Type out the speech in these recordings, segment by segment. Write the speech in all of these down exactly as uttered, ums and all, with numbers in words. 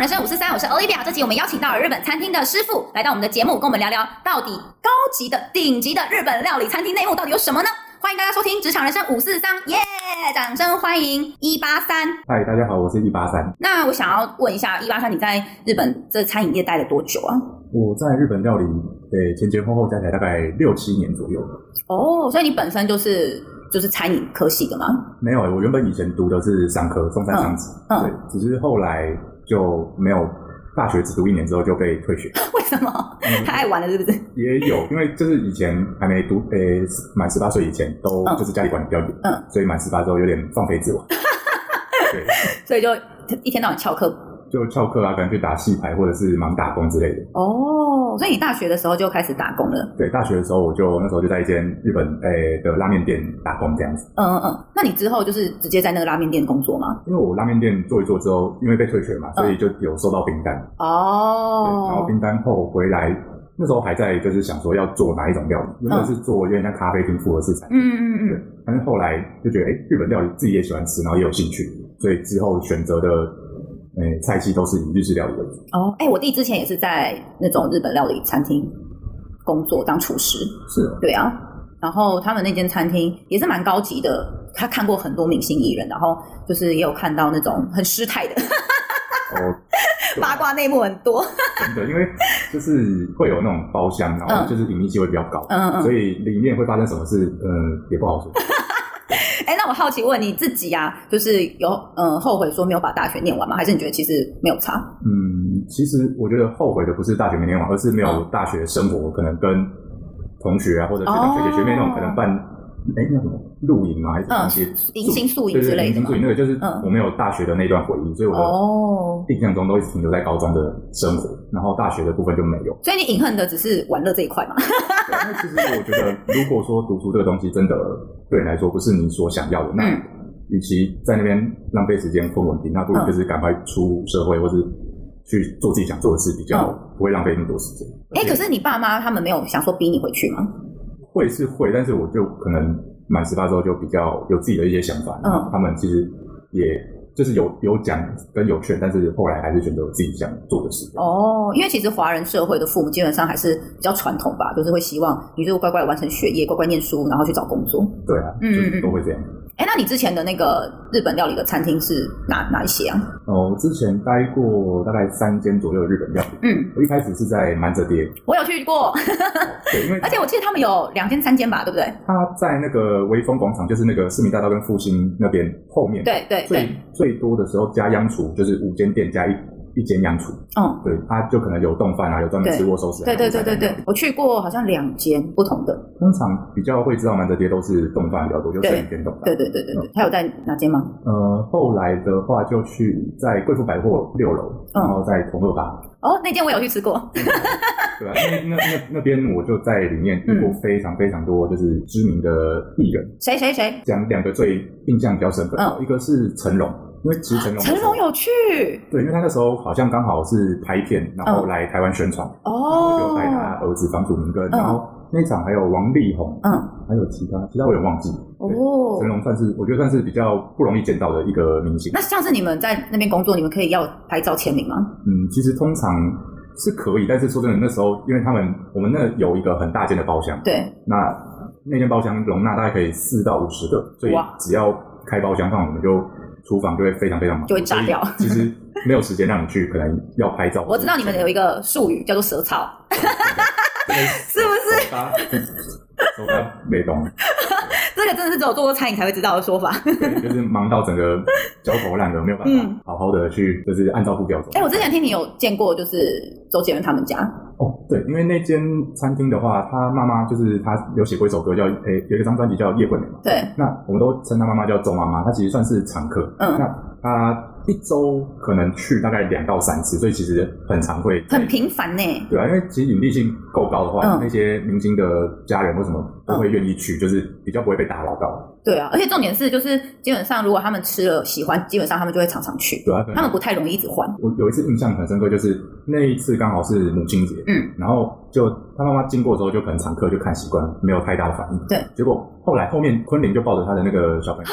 人生五四三，我是 Olivia。这集我们邀请到了日本餐厅的师傅来到我们的节目，跟我们聊聊到底高级的、顶级的日本料理餐厅内幕到底有什么呢？欢迎大家收听《职场人生五四三》，耶！掌声欢迎一八三。 嗨，大家好，我是一八三。 那我想要问一下，一八三，你在日本这餐饮业待了多久啊？ 我在日本料理，对，前前后后加起来大概六七年左右。 哦，所以你本身就是就是餐饮科系的吗？ 没有，我原本以前读的是商科，中山商职，嗯嗯、对，只是后来就没有。大学只读一年之后就被退学。 为什么？嗯、太爱玩了是不是？ 也有，因为就是以前还没读，诶、欸，满十八岁以前都就是家里管得比较严，嗯，所以满十八之后有点放飞自我。对， 所以就一天到晚翘课。 就翘课啊，可能去打戏牌或者是忙打工之类的。 哦，所以你大学的时候就开始打工了？ 对，大学的时候我就那时候就在一间日本诶、欸、的拉面店打工这样子。 嗯嗯嗯，那你之后就是直接在那个拉面店工作吗？ 因为我拉面店做一做之后，因为被退学嘛，所以就有收到订单。 哦， 然后订单后回来，那时候还在就是想说要做哪一种料理，原本是做有点像咖啡厅复合式餐厅。嗯嗯嗯。对，但是后来就觉得，哎、欸，日本料理自己也喜欢吃，然后也有兴趣，所以之后选择的。诶，菜系都是以日式料理为主。 哦，哎，我弟之前也是在那种日本料理餐厅工作当厨师。 是、哦。 对啊，然后他们那间餐厅也是蛮高级的，他看过很多明星艺人，然后就是也有看到那种很失态的。哦。八卦内幕很多。 真的，因为就是会有那种包厢，然后就是隐秘性会比较高，嗯嗯，所以里面会发生什么事，嗯，也不好说。 哎，那我好奇问你自己啊，就是有嗯后悔说没有把大学念完吗？还是你觉得其实没有差？ 嗯，其实我觉得后悔的不是大学没念完，而是没有大学生活，嗯、可能跟同学啊或者学长学姐学妹那种可能办哎那什么露营吗？还是那些迎新宿营之类的？ 迎新宿营那个就是我没有大学的那段回忆，所以我的印象中都一直停留在高中的生活，然后大学的部分就没有。 所以你隐恨的只是玩乐这一块嘛？ 对，那其实我觉得，如果说读书这个东西真的对你来说不是你所想要的，那与其在那边浪费时间混稳定，那不如就是赶快出社会，或是去做自己想做的事，比较不会浪费那么多时间。 哎、欸，可是你爸妈他们没有想说逼你回去吗？ 会是会，但是我就可能满十八之后就比较有自己的一些想法，嗯，他们其实也。就是有有讲跟有劝，但是后来还是选择自己想做的事。哦， 因为其实华人社会的父母基本上还是比较传统吧，就是会希望你就乖乖完成学业，乖乖念书，然后去找工作。 对啊，嗯嗯嗯，都会这样。 哎，那你之前的那个日本料理的餐厅是哪哪一些啊？ 哦，我之前待过大概三间左右的日本料理。嗯，我一开始是在满者街， 我有去过。 对，因为而且我记得他们有两间、三间吧，对不对？ 他在那个微风广场，就是那个市民大道跟复兴那边后面。 对对对。 最最多的时候加央厨，就是五间店加一。一间洋厨，嗯，对，他就可能有冻饭啊，有专门吃握寿司， 对对对对对，我去过好像两间不同的。 通常比较会知道满这些都是冻饭比较多，就剩一间冻饭。 对对对对对，还有在哪间吗？ 呃，后来的话就去在贵妇百货六楼，然后在同乐吧。 哦，那间我有去吃过。 对啊，因为那那那边我就在里面遇过非常非常多就是知名的艺人。 谁谁谁？ 讲两个最印象比较深刻，一个是成龙。因为其实成龙成龙有去， 对，因为他那时候好像刚好是拍片，然后来台湾宣传，哦，就带他儿子房祖名跟，然后那场还有王力宏，嗯，还有其他，其他我有点忘记，哦，成龙算是我觉得算是比较不容易见到的一个明星。 那像是你们在那边工作，你们可以要拍照签名吗？ 嗯，其实通常是可以，但是说真的，那时候因为他们我们那有一个很大间的包厢， 对， 那那间包厢容纳大概可以四到五十个，所以只要开包厢放，我们就。厨房就会非常非常忙， 就会炸掉。 其实没有时间让你去，可能要拍照。 我知道你们有一个术语叫做蛇草，是不是？ 手干没懂。 这个真的是只有做过餐饮才会知道的说法。 对，就是忙到整个焦头烂额，没有办法好好的去，就是按照步调走。 哎、欸，我之前听你有见过，就是周杰伦他们家。 哦，对，因为那间餐厅的话，他妈妈就是他有写过一首歌叫，诶、欸，有一张专辑叫《叶惠美》嘛。 对。 那我们都称他妈妈叫周妈妈，她其实算是常客。嗯。那她一周可能去大概两到三次，所以其实很常会。 很频繁呢。 对啊，因为其实隐蔽性够高的话，嗯、那些明星的家人为什么都会愿意去，嗯、就是比较不会被打扰到。 对啊，而且重点是，就是基本上如果他们吃了喜欢，基本上他们就会常常去。 对啊， 他们不太容易一直换。 我有一次印象很深刻，就是那一次刚好是母亲节，嗯，然后就他妈妈经过的时候，就可能常客就看习惯，没有太大的反应。 对， 结果后来后面昆凌就抱着他的那个小朋友。哦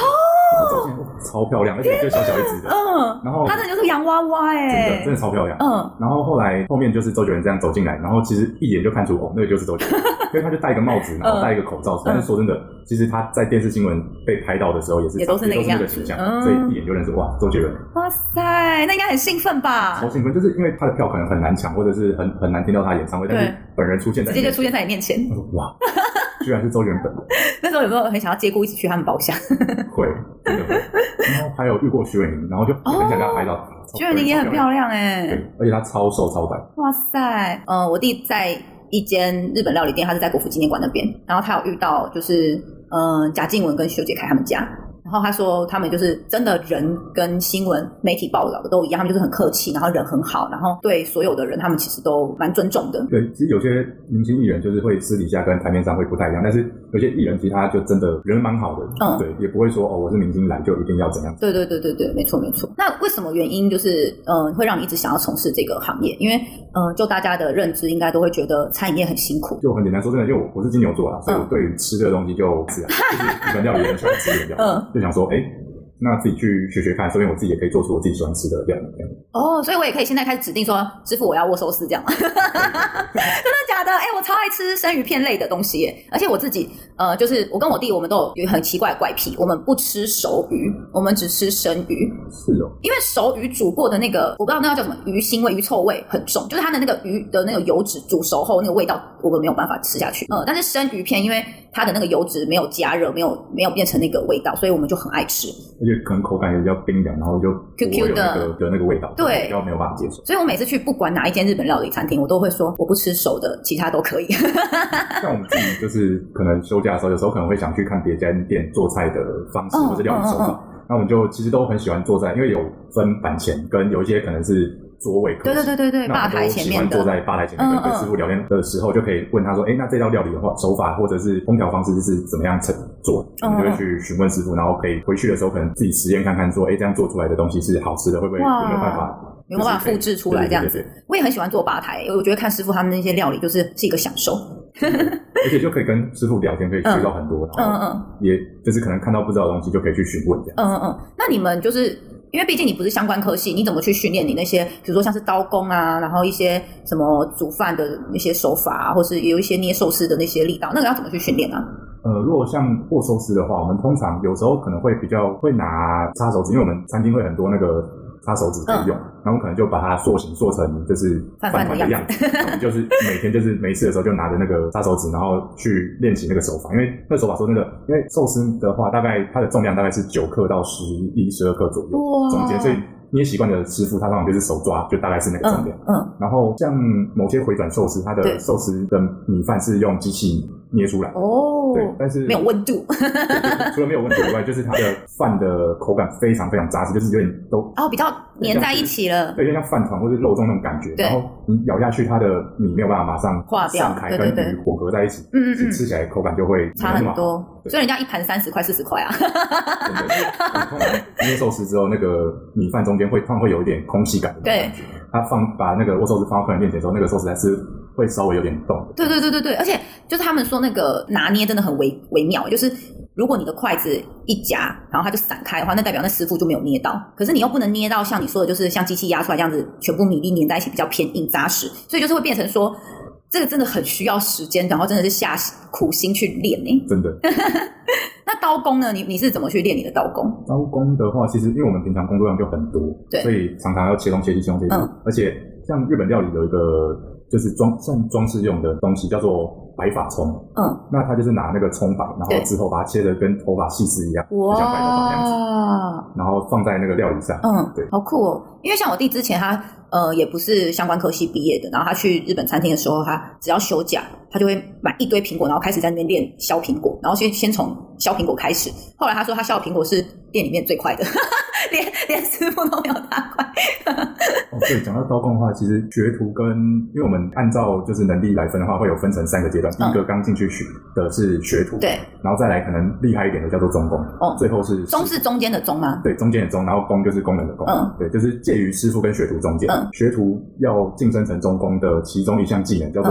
走进来超漂亮，而且就小小一只的，嗯，然后它真的就是洋娃娃哎、欸， 真的真的超漂亮，嗯，然后后来后面就是周杰伦这样走进来，然后其实一眼就看出哦，那个就是周杰伦，因为他就戴一个帽子，然后戴一个口罩，嗯、但是说真的，其实他在电视新闻被拍到的时候也是也都是那个样子， 形象，嗯、所以一眼就认识哇，周杰伦。 哇塞，那应该很兴奋吧？ 超兴奋，就是因为他的票可能很难抢，或者是很很难听到他的演唱会，但是本人出现在直接就出现在你面前， 哇！居然是周杰伦本人。 那时候有没有很想要借故一起去他们包厢？ 会，真的会。然后还有遇过徐伟宁，然后就很想跟他拍到。 徐伟宁也很漂亮哎、欸， 对，而且他超瘦超白。 哇塞，呃，我弟在一间日本料理店，他是在国父纪念馆那边，然后他有遇到就是嗯、呃、贾静雯跟修杰楷他们家。然后他说他们就是真的人跟新闻媒体报道的都一样，他们就是很客气，然后人很好，然后对所有的人他们其实都蛮尊重的。 对，其实有些明星艺人就是会私底下跟台面上会不太一样，但是有些艺人其实他就真的人蛮好的，嗯，对，也不会说哦我是明星来就一定要怎样。 对对对对对，没错没错。那为什么原因就是呃会让你一直想要从事这个行业？因为呃就大家的认知应该都会觉得餐饮业很辛苦。 就很简单说真的，因为我我是金牛座啦，所以我对于吃这个东西就自然就是日本料理也很喜欢吃日本料理，嗯，就想说哎。那自己去学学看，说不定我自己也可以做出我自己喜欢吃的料理。 哦，所以我也可以现在开始指定说，师傅我要握寿司这样吗？真的假的？哎、欸，我超爱吃生鱼片类的东西耶，而且我自己呃，就是我跟我弟，我们都有很奇怪的怪癖，我们不吃熟鱼，我们只吃生鱼。 是哦， 因为熟鱼煮过的那个，我不知道那叫什么鱼腥味、鱼臭味很重，就是它的那个鱼的那个油脂煮熟后那个味道，我们没有办法吃下去。嗯，但是生鱼片因为它的那个油脂没有加热，没有没有变成那个味道，所以我们就很爱吃。 就可能口感也比较冰凉，然后就 Q Q 的的那个味道， 对， 比较没有办法接受。 所以我每次去不管哪一间日本料理餐厅，我都会说我不吃熟的，其他都可以。 像我们自己就是可能休假的时候，有时候可能会想去看别间店做菜的方式、嗯、或者料理手法，嗯嗯嗯、那我们就其实都很喜欢做菜，因为有分板前跟有一些可能是桌位客， 对对对对对，吧台前面的， 坐在吧台前面跟师傅聊天的时候，就可以问他说：“哎、嗯嗯，那这道料理的话，手法或者是烹调方式是怎么样做？”我们就会去询问师傅，然后可以回去的时候可能自己实验看看，说：“哎，这样做出来的东西是好吃的，会不会有没有办法？” 有没有办法复制出来这样子？对对对对，我也很喜欢做吧台，我觉得看师傅他们那些料理就是是一个享受， 而且就可以跟师傅聊天，可以学到很多，嗯嗯嗯，也就是可能看到不知道的东西就可以去询问这样。 嗯嗯嗯，那你们就是因为毕竟你不是相关科系，你怎么去训练你那些，比如说像是刀工啊，然后一些什么煮饭的那些手法啊，或是有一些捏寿司的那些力道，那个要怎么去训练啊？ 呃，如果像握寿司的话，我们通常有时候可能会比较会拿擦手指，因为我们餐厅会很多那个擦手指可以用，嗯、然后我们可能就把它塑形塑成就是饭团的样子，我们就是每天就是没事的时候就拿着那个擦手指，然后去练习那个手法，因为那个手法说真的，因为寿司的话，大概它的重量大概是九克到十一、十二克左右，中间，所以捏习惯的师傅，他通常就是手抓，就大概是那个重量。嗯，嗯然后像某些回转寿司，它的寿司的米饭是用机器捏出来。哦，对，但是没有温度。 对对除了没有温度以外，就是它的饭的口感非常非常扎实，就是有点都哦比较粘在一起了， 对，有点像饭团或是肉粽那种感觉。然后你咬下去，它的米没有办法马上化掉， 开，跟鱼混合在一起，嗯嗯嗯，吃起来口感就会差很多。所以人家一盘三十块、四十块啊。 真的，通常捏寿司之后，那个米饭中间会通常会有一点空气感的感觉。他放把那个握寿司放到客人面前的时候，那个寿司还是会稍微有点动。 对对对对对，而且就是他们说那个拿捏真的很微微妙，就是如果你的筷子一夹，然后它就散开的话，那代表那师傅就没有捏到。可是你又不能捏到像你说的，就是像机器压出来这样子，全部米粒粘在一起比较偏硬扎实，所以就是会变成说，这个真的很需要时间，然后真的是下苦心去练诶、欸。 真的。 那刀工呢？你你是怎么去练你的刀工？ 刀工的话，其实因为我们平常工作量就很多，对，所以常常要切东切西切东切西、嗯，而且像日本料理有一个就是装像装饰用的东西叫做白发葱，嗯，那它就是拿那个葱白，然后之后把它切得跟头发细丝一样，就像白头发那样子，然后放在那个料理上， 嗯，对，好酷哦。因为像我弟之前他呃也不是相关科系毕业的，然后他去日本餐厅的时候，他只要休假，他就会买一堆苹果，然后开始在那边练削苹果，然后先先从削苹果开始。后来他说他削苹果是店里面最快的，连连师傅都没有他快。 哦，对，讲到刀工的话，其实学徒跟因为我们按照就是能力来分的话，会有分成三个阶段。嗯、第一个刚进去学的是学徒，对，然后再来可能厉害一点的叫做中工，哦，最后是中是中间的中吗？ 对，中间的中，然后工就是工人的工，嗯，对，就是介于师傅跟学徒中间。嗯，学徒要晋升成中工的其中一项技能叫做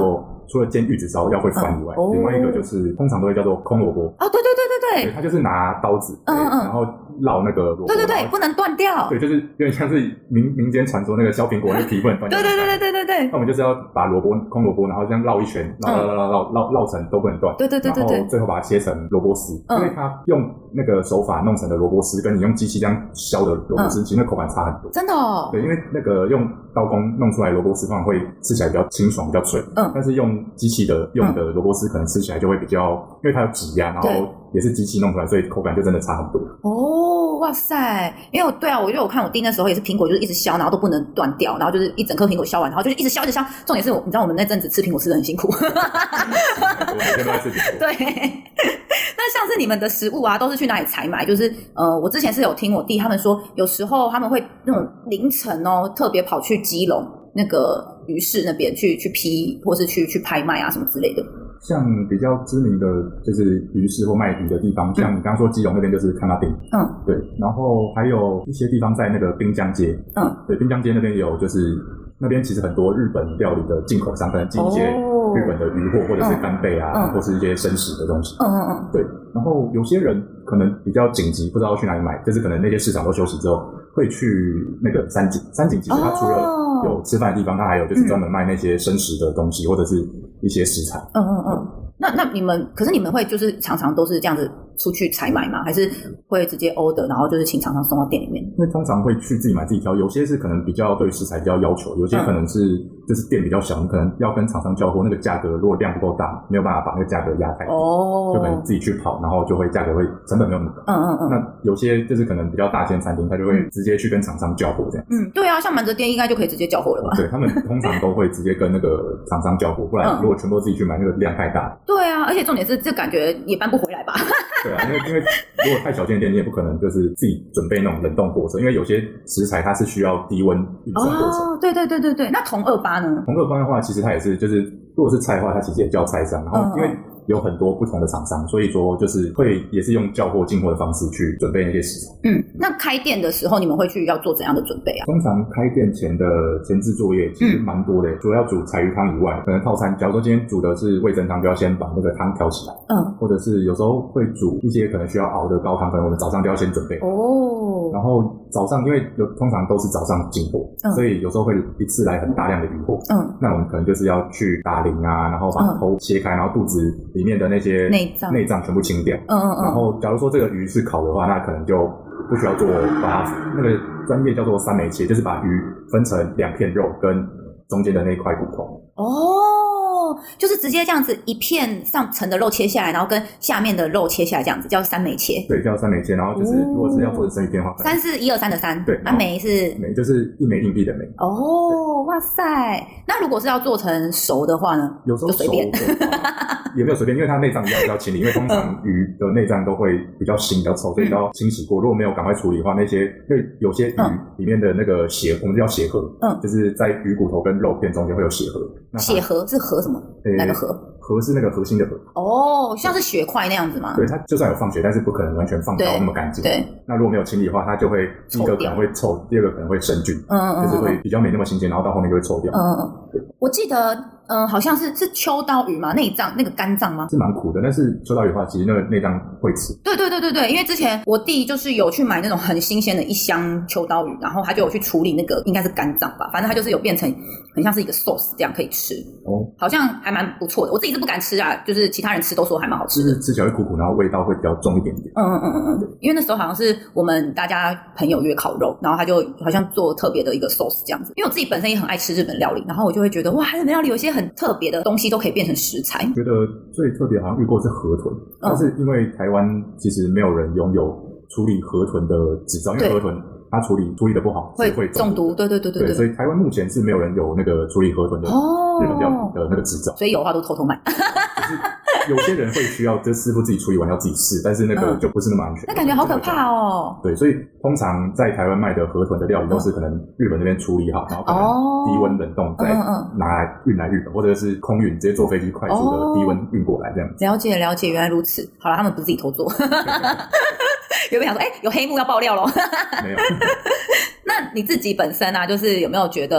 除了煎玉子烧要会翻以外，嗯、另外一个就是通常都会叫做空萝卜。 哦，对对对对对， 它就是拿刀子，嗯嗯，然后烙那个萝卜， 对对对，不能断掉。 对，就是有点像是民民间传说那个削苹果那个皮不能断掉。 对对对对对对对。 那我们就是要把萝卜空萝卜，然后这样绕一圈，绕绕绕绕绕绕成都不能断。 对对对对对。 然后最后把它切成萝卜丝，因为它用那个手法弄成的萝卜丝，跟你用机器这样削的萝卜丝，其实那口感差很多。 真的哦。 对，因为那个用刀工弄出来的萝卜丝，通常会吃起来比较清爽、比较脆。嗯。但是用机器的用的萝卜丝，可能吃起来就会比较，因为它有挤压，然后也是机器弄出来，所以口感就真的差很多。 哦，哇塞！因为我对啊，我觉得我看我弟那时候也是苹果，就是一直削，然后都不能断掉，然后就是一整颗苹果削完，然后就是一直削一直削。重点是我，你知道我们那阵子吃苹果吃得很辛苦。 我每天都在吃苹果。 对。那像是你们的食物啊，都是去哪里采买？就是呃，我之前是有听我弟他们说，有时候他们会那种凌晨哦，特别跑去基隆那个鱼市那边去去批，或是去去拍卖啊什么之类的。 像比较知名的就是鱼市或卖鱼的地方，像你刚刚说基隆那边就是看那丁，嗯，对，然后还有一些地方在那个滨江街，嗯，对，滨江街那边也有，就是那边其实很多日本料理的进口商，可能进一些日本的鱼货或者是干贝啊，嗯、或是一些生食的东西，嗯嗯嗯，对，然后有些人可能比较紧急，不知道去哪里买，就是可能那些市场都休息之后，会去那个三井，三井其实它除了有吃饭的地方，它还有就是专门卖那些生食的东西，或者是一些食材。 嗯嗯嗯。那那你们，可是你们会就是常常都是这样子出去采买吗？还是会直接 order， 然后就是请厂商送到店里面？ 因为通常会去自己买自己挑，有些是可能比较对食材比较要求，有些可能是就是店比较小，你可能要跟厂商交货，那个价格如果量不够大，没有办法把那个价格压太低，哦，就可能自己去跑，然后就会价格会成本没有那么高。嗯嗯嗯。那有些就是可能比较大间餐厅，他就会直接去跟厂商交货这样。 嗯，对啊，像满泽店应该就可以直接交货了吧？ 对，他们通常都会直接跟那个厂商交货，不然如果全部自己去买，那个量太大。 对啊，而且重点是这感觉也搬不回来吧？ 对啊，因为因为如果太小间店，你也不可能就是自己准备那种冷冻货车，因为有些食材它是需要低温运送过程。 哦，对对对对对。那同二八呢？ 同二八的话，其实它也是就是如果是菜的话，它其实也叫菜商，然后因为有很多不同的厂商，所以说就是会也是用叫货进货的方式去准备那些食材。 嗯，那开店的时候你们会去要做怎样的准备啊？ 通常开店前的前置作业其实蛮多的，嗯、除了要煮柴鱼汤以外，可能套餐，假如说今天煮的是味噌汤，就要先把那个汤调起来。嗯，或者是有时候会煮一些可能需要熬的高汤，可能我们早上就要先准备。哦，然后早上因为有通常都是早上进货，嗯、所以有时候会一次来很大量的鱼货。嗯，那我们可能就是要去打鳞啊，然后把头切开，然后肚子里面的那些内脏内脏全部清掉。嗯嗯嗯。然后假如说这个鱼是烤的话，那可能就不需要做，把它那个专业叫做三枚切，就是把鱼分成两片肉跟中间的那一块骨头。 哦，就是直接这样子一片上层的肉切下来，然后跟下面的肉切下来，这样子叫三枚切。 对，叫三枚切。然后就是如果是要做的生鱼片的话， 三是一二三的三， 对， 那枚是枚就是一枚硬币的枚。 哦，哇塞！那如果是要做成熟的话呢？ 有时候随便。也没有随便，因为它内脏一样比较清理，因为通常鱼的内脏都会比较腥、比较臭，所以都要清洗过。如果没有赶快处理的话，那些因为有些鱼里面的那个血，我们叫血核，嗯，就是在鱼骨头跟肉片中间会有血核。 血核是核什么？哪个核？ 核是那个核心的核。 哦，像是血块那样子吗？ 对，它就算有放血，但是不可能完全放到那么干净。对。那如果没有清理的话，它就会第一个可能会臭，第二个可能会生菌，嗯嗯，就是会比较没那么新鲜，然后到后面就会臭掉。嗯嗯。对。 我记得，嗯、呃，好像是是秋刀鱼嘛，内脏那个肝脏吗？ 是蛮苦的，但是秋刀鱼的话，其实那个内脏会吃。 对对对对对，因为之前我弟就是有去买那种很新鲜的一箱秋刀鱼，然后他就有去处理那个应该是肝脏吧，反正他就是有变成很像是一个 sauce 这样可以吃。哦，好像还蛮不错的。我自己是不敢吃啊，就是其他人吃都说还蛮好吃的。 就是吃起来会苦苦，然后味道会比较重一点点。 嗯嗯嗯嗯，因为那时候好像是我们大家朋友约烤肉，然后他就好像做特别的一个 sauce 这样子。因为我自己本身也很爱吃日本料理，然后我就会觉得哇，日本料理有一些很特别的东西都可以变成食材。 觉得最特别好像遇过是河豚，嗯、但是因为台湾其实没有人拥有处理河豚的执照，因为河豚它处理处理的不好会会中毒。对对对 对, 对， 所以台湾目前是没有人有那个处理河豚的日本料理的那个执照， 所以有的话都偷偷买。 有些人会需要，这师傅自己处理完要自己试，但是那个就不是那么安全。 那感觉好可怕哦。 对，所以通常在台湾卖的河豚的料理都是可能日本那边处理好，然后可能低温冷冻，再拿来运来日本，或者是空运直接坐飞机快速的低温运过来这样子。 了解了解，原来如此。好了，他们不是自己偷做。有没有想说，哎、欸，有黑幕要爆料咯？ 没有。 那你自己本身啊，就是有没有觉得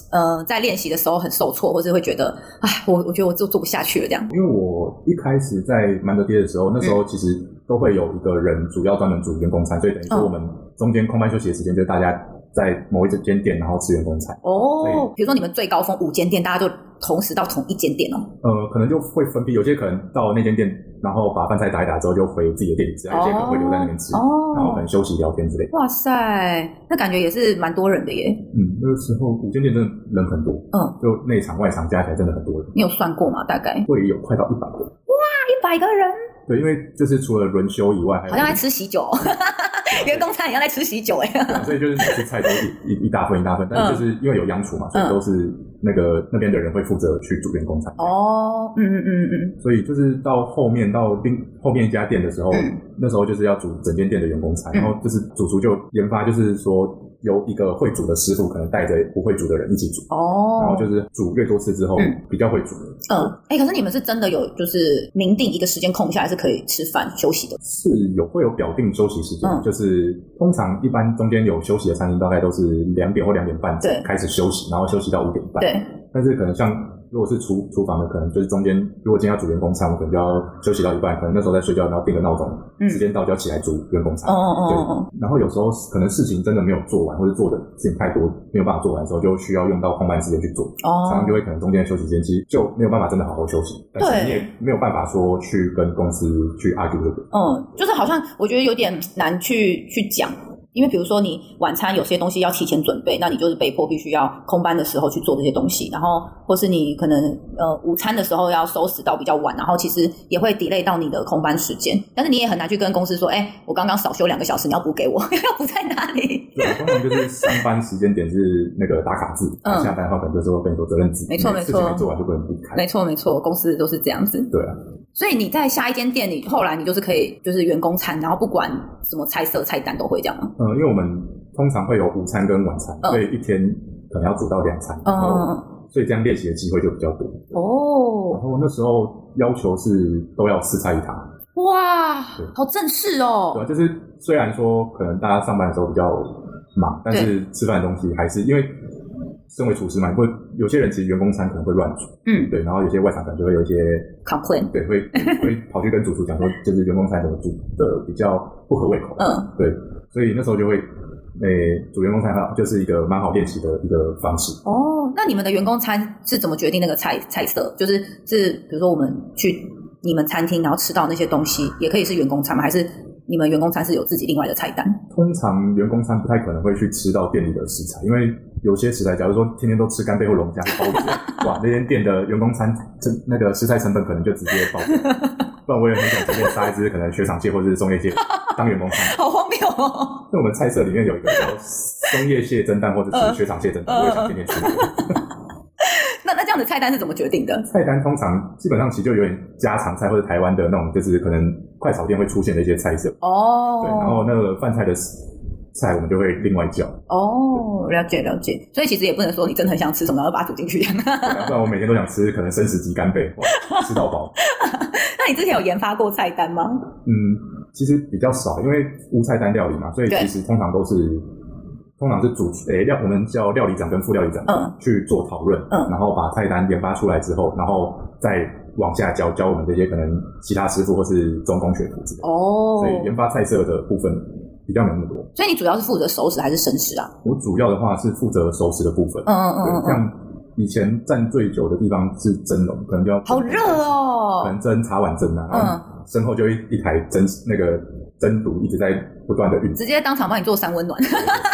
呃在练习的时候很受挫，或是会觉得哎，我我觉得我做做不下去了这样？ 因为我一开始在蛮德爹的时候，那时候其实都会有一个人主要专门煮员工餐，所以等于说我们中间空班休息的时间就是大家在某一间店然后吃员工餐。 哦，比如说你们最高峰五间店，大家就同时到同一间店哦。 呃，可能就会分批，有些可能到那间店，然后把饭菜打一打之后就回自己的店里吃，有些可能会留在那边吃，哦，然后可能休息聊天之类的。 哇塞，那感觉也是蛮多人的耶。 嗯，那个时候五间店真的人很多，嗯，就内场外场加起来真的很多人。 你有算过吗？大概会有快到一百个。 哇，一百个人。 对，因为就是除了轮休以外，还有好像在吃喜酒，员工餐也要在吃喜酒哎。 对，所以就是每次菜都一一一大份一大份，但是就是因为有央厨嘛，所以都是那个那边的人会负责去煮员工餐。哦，嗯嗯嗯嗯。所以就是到后面到另后面一家店的时候，嗯，那时候就是要煮整间店的员工餐，嗯，然后就是主厨就研发，就是说由一个会煮的师傅可能带着不会煮的人一起煮。哦。然后就是煮越多次之后，嗯，比较会煮。 嗯，哎，可是你们是真的有就是明定一个时间空下来是可以吃饭休息的？ 是有会有表定休息时间，嗯，就是通常一般中间有休息的餐厅大概都是两点或两点半开始休息，然后休息到五点半。对。但是可能像如果是厨厨房的，可能就是中间如果今天要煮员工餐，我可能就要休息到一半，可能那时候在睡觉，然后定个闹钟，嗯，时间到就要起来煮员工餐。哦哦哦。对。然后有时候可能事情真的没有做完，或者做的事情太多没有办法做完的时候，就需要用到空班时间去做。哦。常常就会可能中间的休息时间其实就没有办法真的好好休息，但是你也没有办法说去跟公司去 argue 这个。 嗯，就是好像我觉得有点难去去讲。因为比如说你晚餐有些东西要提前准备，那你就是被迫必须要空班的时候去做这些东西，然后或是你可能呃午餐的时候要收拾到比较晚，然后其实也会 delay 到你的空班时间，但是你也很难去跟公司说，哎，我刚刚少休两个小时，你要补给我，要补在哪里？ 对，通常就是上班时间点是那个打卡制，嗯，下班的话可能就是会跟你说责任制， 没错没错，事情没做完就不能离开， 没错没错，公司都是这样子。 对啊。 所以你在下一间店里，后来你就是可以就是员工餐，然后不管什么菜色菜单都会这样吗？ 嗯，因为我们通常会有午餐跟晚餐，嗯，所以一天可能要煮到两餐，嗯嗯嗯，所以这样练习的机会就比较多。哦，然后那时候要求是都要四菜一汤。 哇，好正式哦。 对啊，就是虽然说可能大家上班的时候比较忙，但是吃饭的东西还是因为身为厨师嘛，会有些人其实员工餐可能会乱煮，嗯，对，然后有些外场可能就会有一些 complain， 对，会会跑去跟主厨讲说，就是员工餐怎么煮的比较不合胃口，嗯，对，所以那时候就会，诶，煮员工餐就是一个蛮好练习的一个方式。 哦，那你们的员工餐是怎么决定那个菜菜色？就是是比如说我们去你们餐厅，然后吃到那些东西，也可以是员工餐吗？还是你们员工餐是有自己另外的菜单？ 通常员工餐不太可能会去吃到店里的食材，因为有些食材，假如说天天都吃干贝或龙虾或鲍鱼，哇，那间店的员工餐那个食材成本可能就直接爆表。不然我也很想随便杀一只可能雪场蟹或者是松叶蟹当员工餐， 好荒谬哦！ 因为我们菜色里面有一个叫松叶蟹蒸蛋或者是雪场蟹蒸蛋，我也想天天吃。 那那这样的菜单是怎么决定的？ 菜单通常基本上其实就有点家常菜或者台湾的那种，就是可能快炒店会出现的一些菜色哦。对，然后那个饭菜的菜我们就会另外叫。 哦，了解了解。所以其实也不能说你真的很想吃什么，然后把它煮进去。 不然我每天都想吃可能生食级干贝，哇，吃到饱。 那你之前有研发过菜单吗？ 嗯，其实比较少，因为无菜单料理嘛，所以其实通常都是。通常是主诶料，我们叫料理长跟副料理长，嗯，去做讨论，嗯，然后把菜单研发出来之后，然后再往下教教我们这些可能其他师傅或是中工学徒之类的。哦，所以研发菜色的部分比较没那么多。 所以你主要是负责熟食还是生食啊？ 我主要的话是负责熟食的部分。嗯嗯嗯，对，像以前站最久的地方是蒸笼，可能就要好热哦， 可能蒸茶碗蒸啊，嗯，身后就一一台蒸那个蒸炉一直在不断的运， 直接当场帮你做三温暖。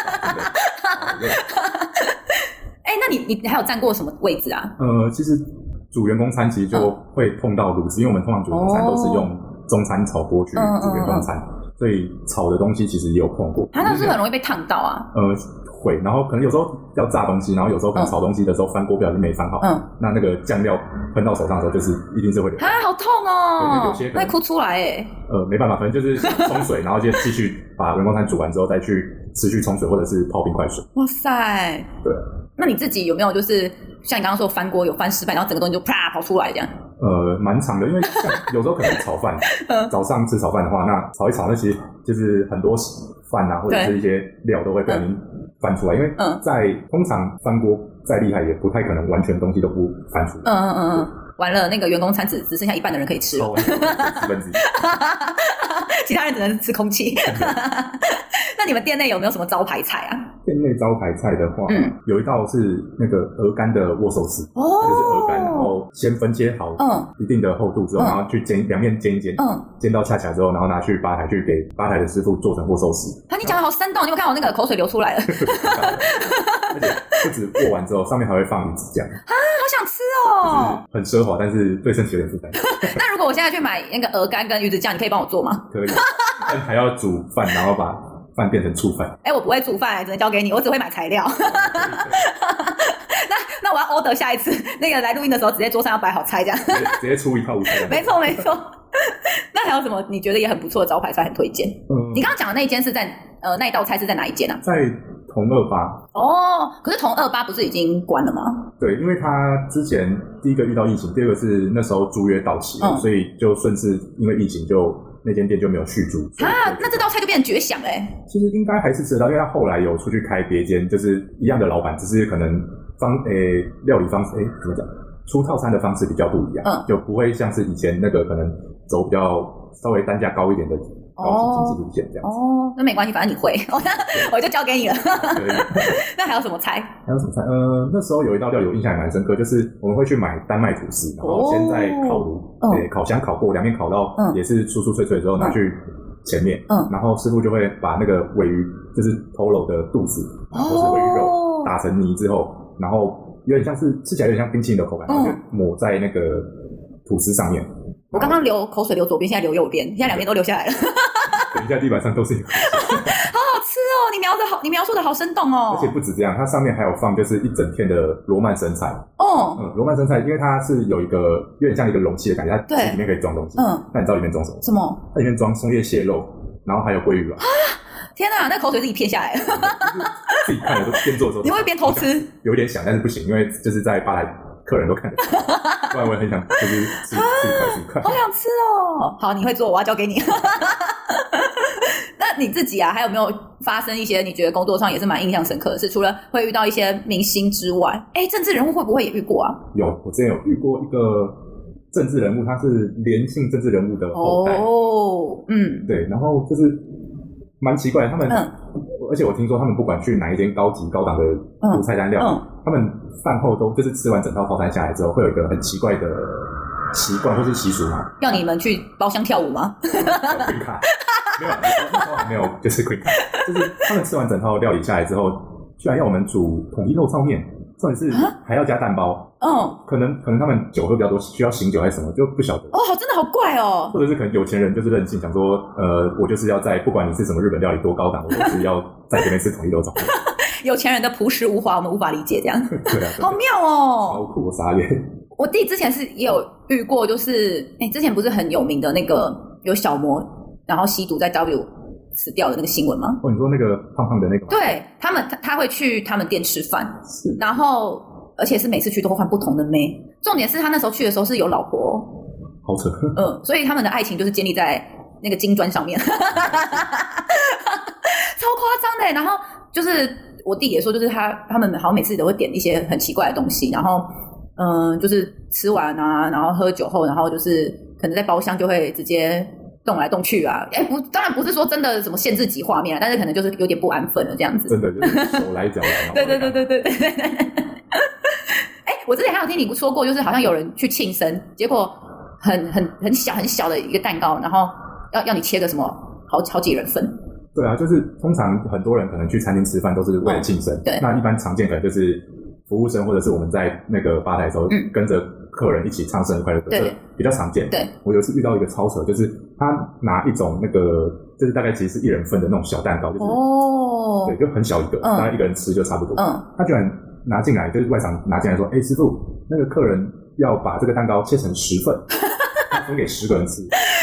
哎，那你你还有站过什么位置啊？ 呃，其实煮员工餐其实就会碰到炉子，因为我们通常煮员工餐都是用中餐炒锅去煮员工餐，嗯嗯嗯，所以炒的东西其实也有碰过。 它那是不是很容易被烫到啊？ 呃，会，然后可能有时候要炸东西，然后有时候可能炒东西的时候翻锅不小心没翻好，嗯，那那个酱料喷到手上的时候，就是一定是会流。 啊，好痛哦！ 有些会哭出来哎。 呃，没办法，可能就是冲水，然后就继续把员工餐煮完之后再去持续冲水或者是泡冰块水。 哇塞！ 对。 那你自己有没有就是像你刚刚说翻锅有翻失败，然后整个东西就啪跑出来这样？ 呃，蛮长的，因为像有时候可能炒饭，早上吃炒饭的话，那炒一炒那些就是很多饭啊或者是一些料都会不小心翻出来，因为在、嗯、通常翻锅再厉害也不太可能完全东西都不翻出来。 嗯嗯嗯嗯，完了，那个员工餐只只剩下一半的人可以吃了， 四分之一， 其他人只能吃空气。那你们店内有没有什么招牌菜啊？ 店内招牌菜的话，嗯，有一道是那个鹅肝的握寿司，哦，就是鹅肝，然后先分切好，嗯，一定的厚度之后，嗯、然后去煎，两面煎一煎，嗯，煎到恰恰之后，然后拿去吧台去给吧台的师傅做成握寿司。 啊，你讲的好生动，你有没有看我那个口水流出来了？ 而且不止握完之后，上面还会放鱼子酱。 啊，好想吃哦！ 很奢华，但是对身体有点负担。 那如果我现在去买那个鹅肝跟鱼子酱，你可以帮我做吗？ 可以，但还要煮饭，然后把饭变成醋饭。 哎、欸，我不会煮饭，只能交给你，我只会买材料。那那我要 order 下一次，那个来录音的时候，直接桌上要摆好菜，这样直接直接出一套午餐。 没错没错。那还有什么你觉得也很不错的招牌菜很推荐？嗯，你刚刚讲的那一间是在呃那一道菜是在哪一间啊？ 在同二八。 哦，可是同二八不是已经关了吗？ 对，因为他之前第一个遇到疫情，第二个是那时候租约到期了、嗯，所以就顺势因为疫情就那间店就没有续租啊。那这道菜就变成绝响哎、欸。 其实应该还是吃得到，因为他后来有出去开别间，就是一样的老板，只是可能方诶、欸、料理方式诶、欸、怎么讲，出套餐的方式比较不一样，嗯，就不会像是以前那个可能走比较稍微单价高一点的高级精致路线这样子。 哦，那没关系，反正你会，我就交给你了。那还有什么菜？ 还有什么菜？呃，那时候有一道料理我印象也蛮深刻，就是我们会去买丹麦吐司，然后先在烤炉、哦欸、烤箱烤过，两面烤到也是酥酥脆脆之后拿去前面，嗯，然后师傅就会把那个鲔鱼，就是 polo 的肚子、哦、或是鲔鱼肉打成泥之后，然后有点像是吃起来有点像冰淇淋的口感，然后就抹在那个吐司上面。 我刚刚流口水流左边，现在流右边，现在两边都流下来了。 等一下地板上都是一个好好吃哦！你描的好，你描述的好生动哦。 而且不止这样，它上面还有放就是一整片的罗曼生菜哦。嗯，罗曼生菜因为它是有一个有点像一个容器的感觉，它里面可以装东西。嗯，那你知道里面装什么？ 什么？ 它里面装松叶蟹肉，然后还有鲑鱼卵。啊！ 天哪，那口水自己撇下来了。 自己看的都边做的时候， 你会边偷吃？ 有点想，但是不行，因为就是在吧台。客人都看得到，不然我也很想就是吃吃一块吃一块， 好想吃哦！好，你会做，我要交给你。那你自己啊，还有没有发生一些你觉得工作上也是蛮印象深刻的事？除了会遇到一些明星之外，哎，政治人物会不会也遇过啊？ 有，我之前有遇过一个政治人物，他是连姓政治人物的后代哦，嗯，对，然后就是蛮奇怪的，他们、嗯，而且我听说他们不管去哪一间高级高档的主菜单料理、嗯嗯，他们饭后都就是吃完整套套餐下来之后，会有一个很奇怪的习惯或是习俗嘛， 要你们去包厢跳舞吗？ queen card 没有，那时候还没有，就是 queen card 就是他们吃完整套料理下来之后，居然要我们煮统一肉燥面，重点是还要加蛋包。嗯，可能可能他们酒喝比较多，需要醒酒还是什么，就不晓得。 哦，真的好怪哦。 或者是可能有钱人就是任性，想说，呃，我就是要在不管你是什么日本料理多高档，我就是要在这边吃统一肉燥面。 有钱人的朴实无华，我们无法理解这样。 对啊， 好妙哦。 超酷，我傻眼。 我弟之前是也有遇过，就是哎，之前不是很有名的那个有小模，然后吸毒在 W 死掉的那个新闻吗？ 哦，你说那个胖胖的那个吗？ 对，他们他他会去他们店吃饭，是，然后而且是每次去都会换不同的妹。重点是他那时候去的时候是有老婆， 好扯。 嗯，所以他们的爱情就是建立在那个金砖上面，超夸张的。然后就是我弟也说，就是他他们好像每次都会点一些很奇怪的东西，然后嗯、呃，就是吃完啊，然后喝酒后，然后就是可能在包厢就会直接动来动去啊，哎，不，当然不是说真的什么限制级画面，但是可能就是有点不安分了这样子。 真的就是手来脚来。 对对对对对对对。哎，我之前还有听你说过，就是好像有人去庆生，结果很很很小很小的一个蛋糕，然后要要你切个什么好好几人份。 对啊，就是通常很多人可能去餐厅吃饭都是为了庆生，嗯、对。那一般常见可能就是服务生或者是我们在那个吧台的时候、嗯、跟着客人一起唱生日快乐歌，对，比较常见。对，我有一次遇到一个超扯，就是他拿一种那个，就是大概其实是一人份的那种小蛋糕，就是哦，对，就很小一个，嗯、大概一个人吃就差不多。嗯，他居然拿进来，就是外场拿进来说：“哎、欸，师傅，那个客人要把这个蛋糕切成十份，分给十个人吃。”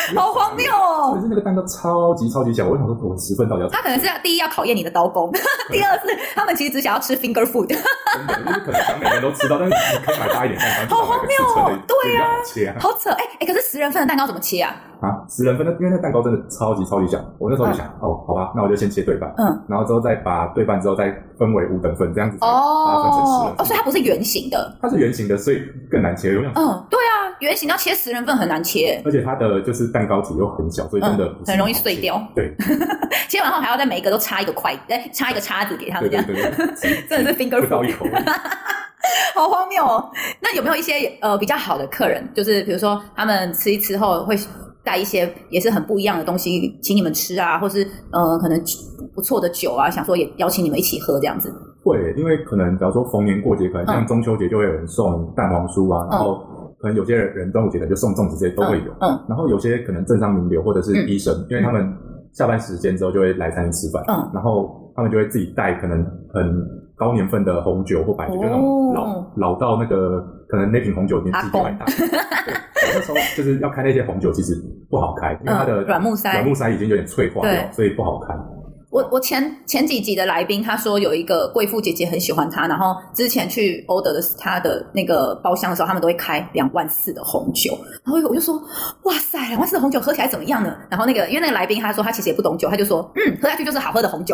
好荒谬哦！ 可是那个蛋糕超级超级小，我想说我十份到底要？ 他可能是第一要考验你的刀工，第二是他们其实只想要吃 finger food。 真的，就是可能想每个人都吃到，但是你可以买大一点蛋糕。 好荒谬哦！对啊， 切啊， 好扯哎哎、欸欸！可是十人份的蛋糕怎么切啊？ 啊，十人份的，因为那蛋糕真的超级超级小，我那时候就想，嗯、哦，好吧，那我就先切对半，嗯，然后之后再把对半之后再分为五等份，这样子才把它分成十人份。 哦，所以它不是圆形的， 它是圆形的，所以更难切。 嗯，对啊，圆形要切十人份很难切， 而且它的就是蛋糕体又很小，所以真的不是、 嗯、很容易碎掉。 对， 切完后还要在每一个都插一个筷，哎，插一个叉子给他们，这样， 对对对对真的是 finger food。 不到一口。 好荒谬哦！那有没有一些呃比较好的客人，就是比如说他们吃一吃后会带一些也是很不一样的东西请你们吃啊，或是呃可能不错的酒啊，想说也邀请你们一起喝这样子？ 会，因为可能假如说逢年过节，可能像中秋节就会有人送蛋黄酥啊，嗯、然后可能有些人端午节的就送粽子，这些都会有。嗯，嗯然后有些可能政商名流或者是医生，嗯、因为他们下班时间之后就会来餐厅吃饭，嗯，然后他们就会自己带可能很高年份的红酒或白酒，哦、就那种老老到那个可能那瓶红酒年纪就很大。那时候就是要开那些红酒，其实不好开，因为它的软木塞软木塞已经有点脆化掉，所以不好开。 我我前前几集的来宾他说有一个贵妇姐姐很喜欢他，然后之前去欧德的他的那个包厢的时候，他们都会开两万四的红酒，然后我就说哇塞，两万四的红酒喝起来怎么样呢？然后那个因为那个来宾他说他其实也不懂酒，他就说嗯，喝下去就是好喝的红酒。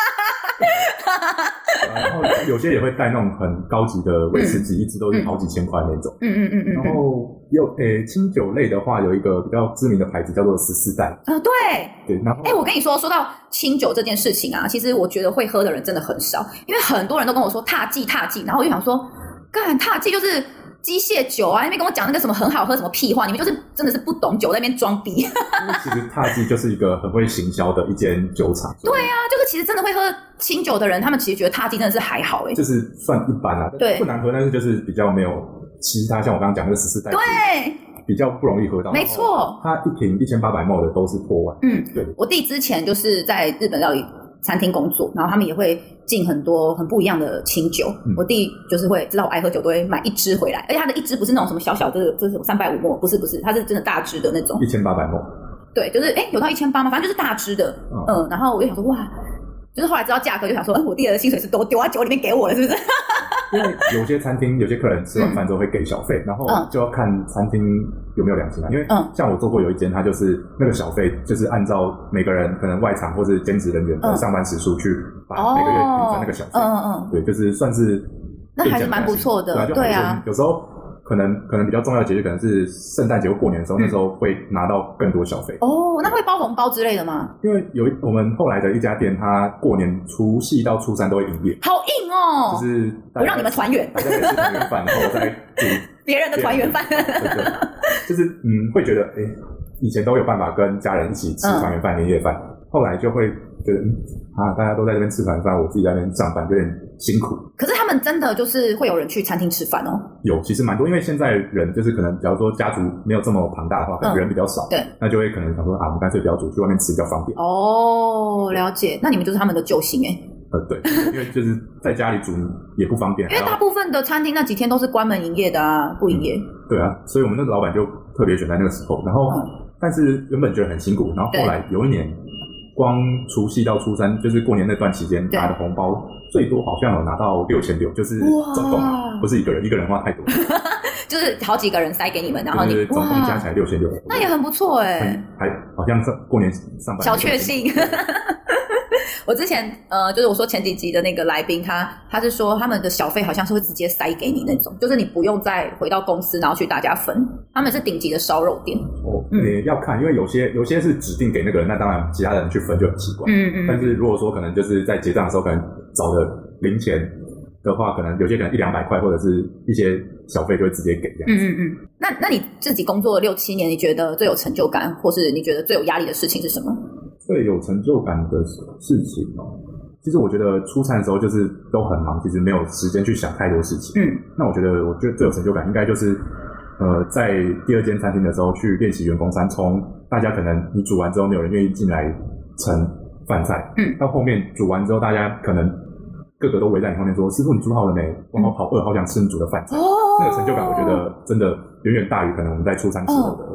然后有些也会带那种很高级的威士忌，嗯、一支都是好几千块那种。嗯嗯嗯嗯。然后有诶清酒类的话，有一个比较知名的牌子叫做十四代。 啊、呃，对。 对，然后诶我跟你说，说到清酒这件事情啊，其实我觉得会喝的人真的很少，因为很多人都跟我说踏迹踏迹，然后我就想说，干踏迹就是机械酒啊，那边跟我讲那个什么很好喝什么屁话，你们就是真的是不懂酒在那边装逼。 其实踏迹就是一个很会行销的一间酒厂。 对啊，就是其实真的会喝清酒的人，他们其实觉得踏迹真的是还好诶、欸， 就是算一般啦，对，不难喝，但是就是比较没有其他像我刚刚讲那个十四代， 对， 比较不容易喝到。 没错， 它一瓶一千八百 ml 的都是破万。 嗯，对，我弟之前就是在日本料理餐厅工作，然后他们也会进很多很不一样的清酒。嗯、我弟就是会知道我爱喝酒，都会买一支回来，而且他的一支不是那种什么小小的，就是三百五 ml，不是不是，它是真的大支的那种， 一千八百 ml。 对，就是哎，有到一千八吗？反正就是大支的。嗯，嗯然后我就想说哇。就是后来知道价格，就想说，嗯，我弟的薪水是都丢在酒里面给我了，是不是？ 因为有些餐厅，有些客人吃完饭之后会给小费，嗯、然后就要看餐厅有没有良心啊。因为像我做过有一间，他就是那个小费，就是按照每个人可能外场或是兼职人员的上班时数去把每个月平分那个小费。嗯嗯嗯，对，就是算是那还是蛮不错的，对啊。 有时候。可能可能比较重要的节日可能是圣诞节或过年的时候，嗯、那时候会拿到更多小费。 哦，那会包红包之类的吗？ 因为有我们后来的一家店，它过年除夕到初三都会营业。 好硬哦！ 就是不让你们团圆， 大家可以吃团圆饭，然后再煮别人的团圆饭。 对对，就是嗯，会觉得哎，以前都有办法跟家人一起吃团圆饭、年夜饭，嗯、后来就会觉得嗯啊，大家都在这边吃团圆饭，我自己在那边上班有点辛苦。 可是他们真的就是会有人去餐厅吃饭哦？ 有，其实蛮多，因为现在人就是可能，假如说家族没有这么庞大的话，可能人比较少，嗯、对，那就会可能想说啊，我们干脆不要煮，去外面吃比较方便。 哦，了解，那你们就是他们的救星哎。 呃，对，因为就是在家里煮也不方便， 因为大部分的餐厅那几天都是关门营业的啊，不营业、嗯。 对啊，所以我们那个老板就特别选在那个时候，然后、嗯、但是原本觉得很辛苦，然后后来有一年。光除夕到初三，就是过年那段期间拿的红包最多好像有拿到六千六，就是总共不是一个人，一个人的话太多了， 就是好几个人塞给你们，然后你对对对总共加起来六千六， 那也很不错哎、欸， 还好像是过年上班小确幸。我之前呃，就是我说前几集的那个来宾，他他是说他们的小费好像是会直接塞给你那种，就是你不用再回到公司然后去大家分，他们是顶级的烧肉店。 哦，嗯，要看，因为有些有些是指定给那个人，那当然其他人去分就很奇怪。嗯嗯。但是如果说可能就是在结账的时候，可能找的零钱的话，可能有些可能一两百块或者是一些小费就会直接给这样子。嗯嗯嗯。 那那你自己工作了六七年，你觉得最有成就感，或是你觉得最有压力的事情是什么？ 最有成就感的事情哦，其实我觉得出餐的时候就是都很忙，其实没有时间去想太多事情。嗯，那我觉得我觉得最有成就感应该就是呃，在第二间餐厅的时候去练习员工餐，从大家可能你煮完之后没有人愿意进来盛饭菜，嗯，到后面煮完之后大家可能个个都围在你后面说师傅你煮好了没？我好饿，好想吃你煮的饭菜。哦，那个成就感我觉得真的远远大于可能我们在出餐时候的。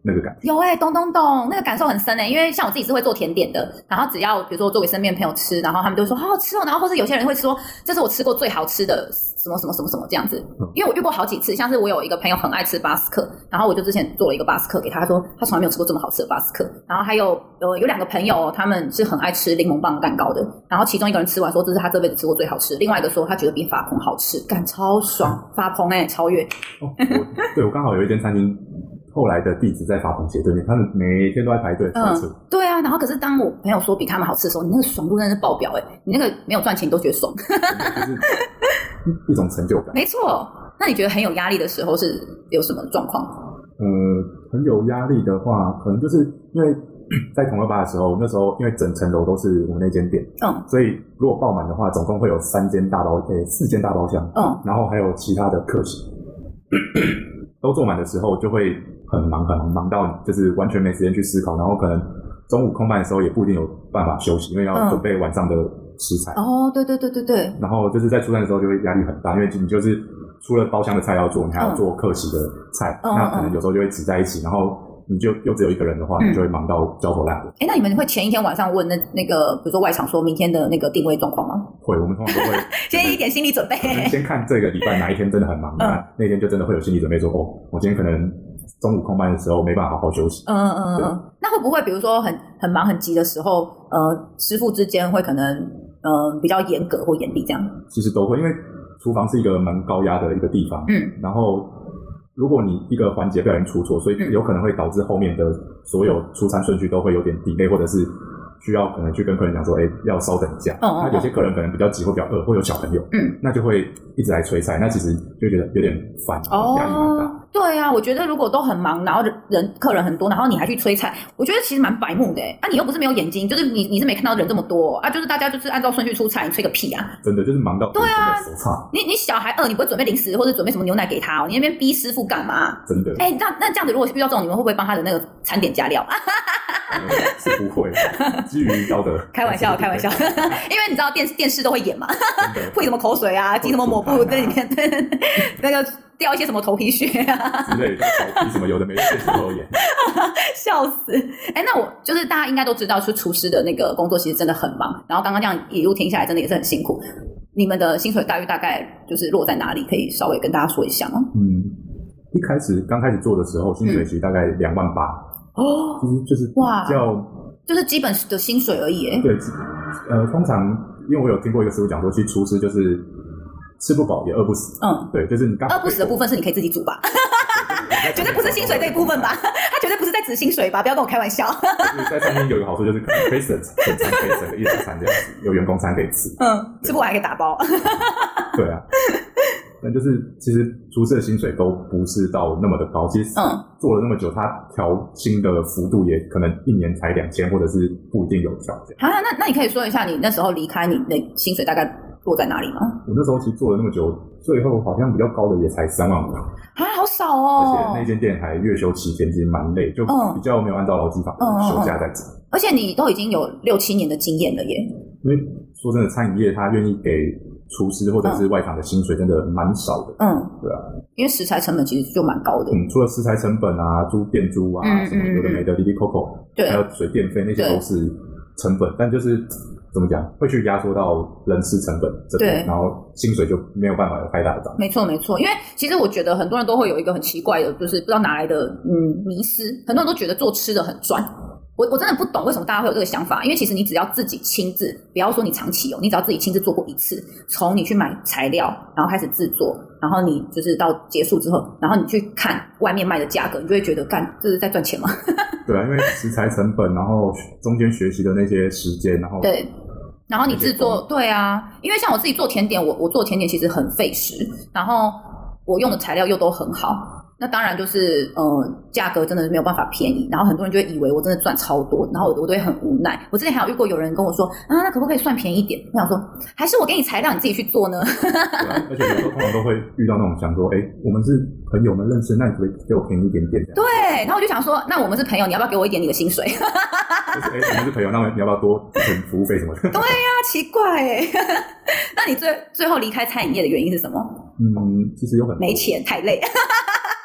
那个感觉。 有哎、欸，懂懂懂，那个感受很深哎、欸。因为像我自己是会做甜点的，然后只要比如说做给身边朋友吃，然后他们就说好好吃哦，然后或是有些人会说这是我吃过最好吃的什么什么什么什么这样子。嗯、因为我遇过好几次，像是我有一个朋友很爱吃巴斯克，然后我就之前做了一个巴斯克给他，他说他从来没有吃过这么好吃的巴斯克。然后还有有有两个朋友，他们是很爱吃柠檬棒蛋糕的，然后其中一个人吃完说这是他这辈子吃过最好吃，另外一个说他觉得比法蓬好吃，干超爽，法蓬哎、欸、超越。 哦，我对我刚好有一间餐厅。后来的地址在法蓬斜对面，他们每天都在排队超车、嗯。 对啊，然后可是当我朋友说比他们好吃的时候，你那个爽度真的是爆表哎、欸！你那个没有赚钱你都觉得爽， 就是一种成就感。 没错，那你觉得很有压力的时候是有什么状况？ 呃，很有压力的话，可能就是因为在同乐吧的时候，那时候因为整层楼都是我们那间店，嗯，所以如果爆满的话，总共会有三间大包，诶，四间大包厢，嗯，然后还有其他的客席。都坐满的时候就会很忙很忙，忙到就是完全没时间去思考，然后可能中午空班的时候也不一定有办法休息，因为要准备晚上的食材。 嗯、哦，对对对对对。 然后就是在出餐的时候就会压力很大，因为你就是除了包厢的菜要做，你还要做客席的菜，嗯、那可能有时候就会挤在一起，然后你就又只有一个人的话，嗯、你就会忙到焦头烂额。 哎，那你们会前一天晚上问那那个比如说外场说明天的那个定位状况吗？ 会，我们通常都会先一点心理准备， 先看这个礼拜哪一天真的很忙，嗯、那那天就真的会有心理准备说，哦，我今天可能中午空班的时候没办法好好休息。嗯嗯嗯嗯。那会不会比如说很很忙很急的时候，呃，师傅之间会可能呃比较严格或严厉这样？ 其实都会，因为厨房是一个蛮高压的一个地方，嗯，然后如果你一个环节不小心出错，所以有可能会导致后面的所有出餐顺序都会有点 delay， 或者是需要可能去跟客人讲说，哎、欸，要稍等一下。哦哦哦。那有些客人可能比较急或比较饿，或有小朋友，嗯，那就会一直来催菜，那其实就觉得有点烦，压力蛮大。 对啊，我觉得如果都很忙，然后人客人很多，然后你还去催菜，我觉得其实蛮白目的哎。啊，你又不是没有眼睛，就是你你是没看到人这么多啊，就是大家就是按照顺序出菜，你催个屁啊！ 真的就是忙到对啊， 手差。 你你小孩饿，你不会准备零食或者准备什么牛奶给他哦？你那边逼师傅干嘛？ 真的。 哎，那那这样子，如果遇到这种，你们会不会帮他的那个餐点加料？ 嗯、是不会，基于道德。 开玩笑，开玩笑，因为你知道电电视都会演嘛，会什么口水啊，挤什么抹布在里面，对那个。掉一些什么头皮屑啊之类的，头皮什么有的没的都演， 笑死！哎、欸，那我就是大家应该都知道，是厨师的那个工作其实真的很忙，然后刚刚这样一路听下来，真的也是很辛苦。你们的薪水待遇大概就是落在哪里？可以稍微跟大家说一下吗？ 嗯，一开始刚开始做的时候，薪水其实大概两万八哦，其实就是哇，比较就是基本的薪水而已。哎， 对，呃，通常因为我有听过一个师傅讲说，其实厨师就是吃不饱也饿不死。嗯，对，就是你刚饿不死的部分是你可以自己煮吧，绝对不是薪水这一部分吧？他绝对不是在指薪水吧？不要跟我开玩笑。 就是在餐厅有一个好处，就是可能可以省整餐，可以省个一两餐这样子，有员工餐可以吃。 嗯，吃不完还可以打包。 对啊，但就是其实厨师的薪水都不是到那么的高，其实做了那么久，他调薪的幅度也可能一年才两千，或者是不一定有调这样。 好，那那你可以说一下你那时候离开你的薪水大概落在哪里吗？ 我那时候其实做了那么久，最后好像比较高的也才三万五。 啊，好少哦！ 而且那间店还月休七天，其实蛮累，就比较没有按照劳基法休假在走。嗯嗯嗯。 而且你都已经有六七年的经验了耶。 因为说真的，餐饮业他愿意给厨师或者是外场的薪水真的蛮少的。嗯，对啊。因为食材成本其实就蛮高的。 嗯，除了食材成本啊，租店租啊，嗯、什么有的没的，哩哩扣扣，对，还有水电费那些都是成本，但就是怎么讲，会去压缩到人事成本这边，然后薪水就没有办法有太大的涨。 没错没错，因为其实我觉得很多人都会有一个很奇怪的，就是不知道哪来的嗯迷思，很多人都觉得做吃的很赚。我我真的不懂为什么大家会有这个想法，因为其实你只要自己亲自，不要说你长期哦，你只要自己亲自做过一次，从你去买材料，然后开始制作，然后你就是到结束之后，然后你去看外面卖的价格，你就会觉得干这是在赚钱吗？ 对啊，因为食材成本，然后中间学习的那些时间，然后对，然后你制作，对啊，因为像我自己做甜点，我我做甜点其实很费时，然后我用的材料又都很好。那当然就是呃价格真的没有办法便宜，然后很多人就会以为我真的赚超多，然后我我都会很无奈。我之前还有遇过有人跟我说啊，那可不可以算便宜一点？我想说还是我给你材料你自己去做呢。 对啊，而且有时候通常都会遇到那种想说，哎，我们是朋友们认识，那你可不可以给我便宜一点点？ 对，然后我就想说，那我们是朋友，你要不要给我一点你的薪水？ 就是哎，我们是朋友，那你要不要多一点服务费什么的？ 对呀、啊，奇怪哎。那你最最后离开餐饮业的原因是什么？ 嗯，其实有很多没钱，太累。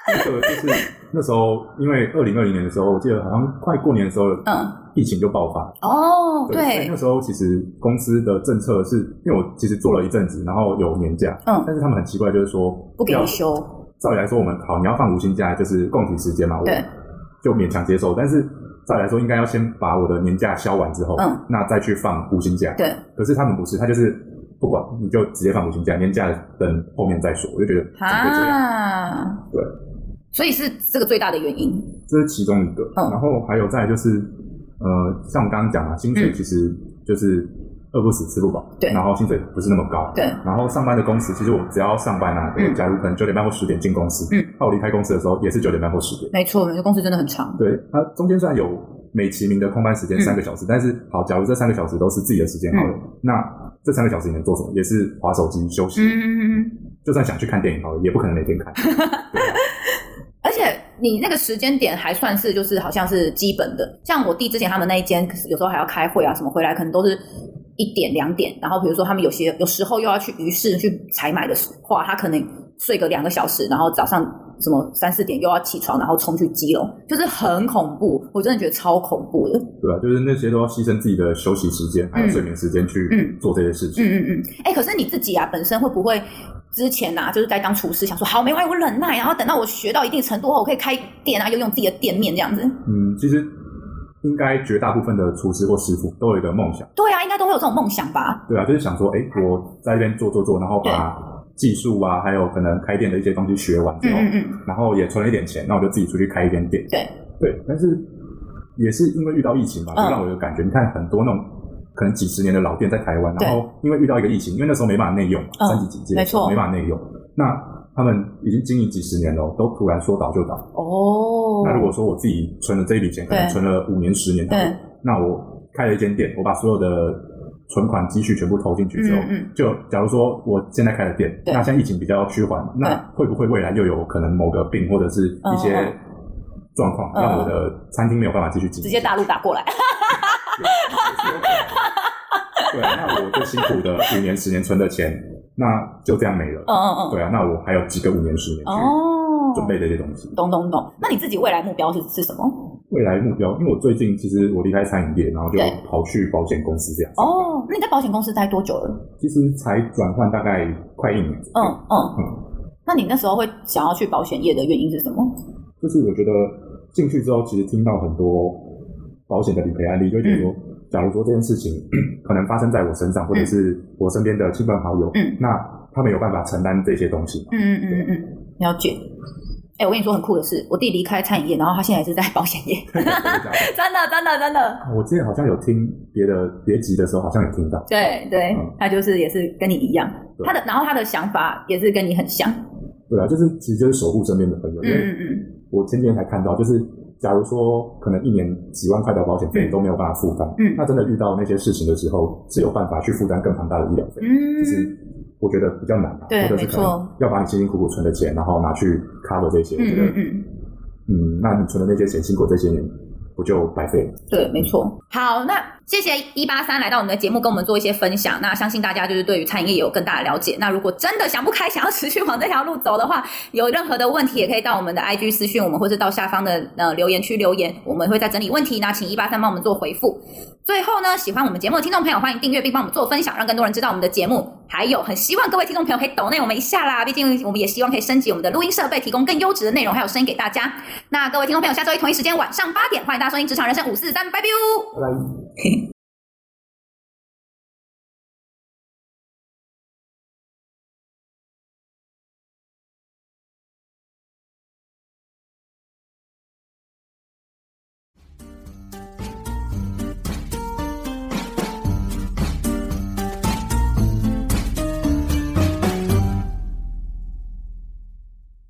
那个就是那时候，因为二零二零年的时候，我记得好像快过年的时候，嗯，疫情就爆发。 哦，对， 对，所以那时候其实公司的政策是，因为我其实做了一阵子，然后有年假，嗯，但是他们很奇怪，就是说不给你休。 照理来说，我们好，你要放无薪假，就是共体时间嘛， 对， 就勉强接受。但是照理来说，应该要先把我的年假消完之后，嗯，那再去放无薪假。 对， 可是他们不是，他就是不管，你就直接放无薪假，年假等后面再说。我就觉得怎么会这样？对， 所以是这个最大的原因， 这是其中一个。嗯，然后还有再就是，呃，像我刚刚讲啊，薪水其实就是。饿不死吃不饱， 对， 然后薪水不是那么高， 对， 然后上班的工时，其实我只要上班啊，嗯、假如可能九点半或十点进公司，嗯，那我离开公司的时候也是九点半或十点， 没错，因为公司真的很长， 对，它中间虽然有美其名的空班时间三个小时，嗯、但是好，假如这三个小时都是自己的时间好了，嗯、那这三个小时你能做什么？也是滑手机休息，嗯，就算想去看电影好了，也不可能每天看， 而且你那个时间点还算是就是好像是基本的，像我弟之前他们那一间有时候还要开会啊什么，回来可能都是一点两点，然后比如说他们有些有时候又要去鱼市去采买的话，他可能睡个两个小时，然后早上什么三四点又要起床，然后冲去基隆，就是很恐怖，我真的觉得超恐怖的。 对啊，就是那些都要牺牲自己的休息时间还有睡眠时间去做这些事情。 嗯嗯嗯。哎、欸，可是你自己啊，本身会不会之前啊，就是在当厨师，想说好没关系，我忍耐，然后等到我学到一定程度后，我可以开店啊，又用自己的店面这样子。 嗯，其实。应该绝大部分的厨师或师傅都有一个梦想。 对啊，应该都会有这种梦想吧？ 对啊，就是想说，哎，我在这边做做做，然后把技术啊，还有可能开店的一些东西学完之后，嗯嗯嗯然后也存了一点钱，那我就自己出去开一间店。 对对，但是也是因为遇到疫情吧，就让我有感觉，嗯、你看很多那种可能几十年的老店在台湾，然后因为遇到一个疫情，因为那时候没办法内用，嗯、三级警戒， 没错， 没办法内用，那他们已经经营几十年了，都突然说倒就倒。 哦， 那如果说我自己存了这一笔钱，可能存了五年、十年，对，那我开了一间店，我把所有的存款积蓄全部投进去之后，嗯嗯就假如说我现在开了店，那现在疫情比较趋缓，那会不会未来又有可能某个病或者是一些状况，让我的餐厅没有办法继续经营？ 直接大陆打过来。 对，那我最辛苦的五年、十年存的钱，那就这样没了。嗯嗯嗯。对啊，那我还有几个五年、十年去准备这些东西。 懂懂懂。那你自己未来目标是是什么？ 未来目标，因为我最近其实我离开餐饮业，然后就跑去保险公司这样。 哦，那你在保险公司待多久了？ 其实才转换大概快一年。 嗯嗯嗯。那你那时候会想要去保险业的原因是什么？ 就是我觉得进去之后，其实听到很多保险的理赔案例，就会觉得说。嗯假如说这件事情可能发生在我身上，或者是我身边的亲朋好友，嗯，那他们有办法承担这些东西吗？ 嗯嗯嗯嗯，了解。哎、欸，我跟你说很酷的是，我弟离开餐饮业，然后他现在也是在保险业，真的真的真的。 我之前好像有听别的别集的时候，好像有听到。 对对、嗯，他就是也是跟你一样，他的然后他的想法也是跟你很像。 对啊，就是其实就是守护身边的朋友。嗯嗯嗯。我前几天才看到，就是。假如说可能一年几万块的保险费都没有办法负担，嗯，那真的遇到那些事情的时候，是有办法去负担更庞大的医疗费。嗯，其实我觉得比较难吧， 对， 或者是可能要把你辛辛苦苦存的钱，然后拿去 cover 这些，我觉得，嗯嗯，嗯，那你存的那些钱，辛苦这些年。不就白费了？ 对，没错。好，那谢谢一八三来到我们的节目，跟我们做一些分享。那相信大家就是对于餐饮业也有更大的了解。那如果真的想不开，想要持续往这条路走的话，有任何的问题也可以到我们的 I G 私讯我们，或是到下方的呃留言区留言，我们会再整理问题，那请一八三帮我们做回复。最后呢，喜欢我们节目的听众朋友，欢迎订阅并帮我们做分享，让更多人知道我们的节目。还有，很希望各位听众朋友可以抖内我们一下啦，毕竟我们也希望可以升级我们的录音设备，提供更优质的内容还有声音给大家。那各位听众朋友，下周一同一时间晚上八点，欢迎大家收听《职场人生五四三》，拜拜。 拜拜。